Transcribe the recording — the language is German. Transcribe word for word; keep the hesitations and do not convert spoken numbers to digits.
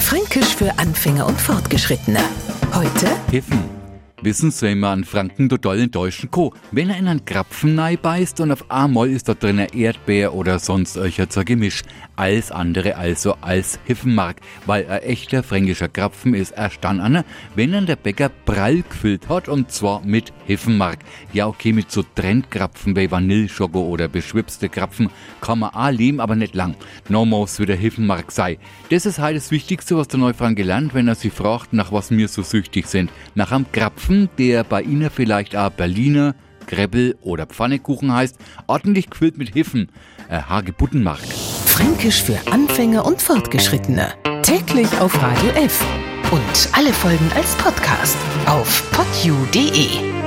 Fränkisch für Anfänger und Fortgeschrittene. Heute Hiffen. Wissen Sie, wenn man an Franken do doll enttäuschen kann, wenn er in einen Krapfen nei beißt und auf einmal ist da drin ein Erdbeer oder sonst eucher zur Gemisch. Alles andere also als Hiffenmark, weil ein echter fränkischer Krapfen ist erst dann an, wenn dann der Bäcker prall gefüllt hat und zwar mit Hiffenmark. Ja okay, mit so Trendkrapfen wie Vanillschoko oder beschwipste Krapfen kann man auch leben, aber nicht lang. No muss wieder Hiffenmark sei. Das ist halt das Wichtigste, was der Neufrank gelernt, wenn er sich fragt, nach was wir so süchtig sind. Nach einem Krapfen, der bei Ihnen vielleicht auch Berliner, Kreppel oder Pfannekuchen heißt, ordentlich gefüllt mit Hiffen, äh, Hagebuttenmark. Fränkisch für Anfänger und Fortgeschrittene. Täglich auf Radio F. Und alle Folgen als Podcast auf podu punkt de.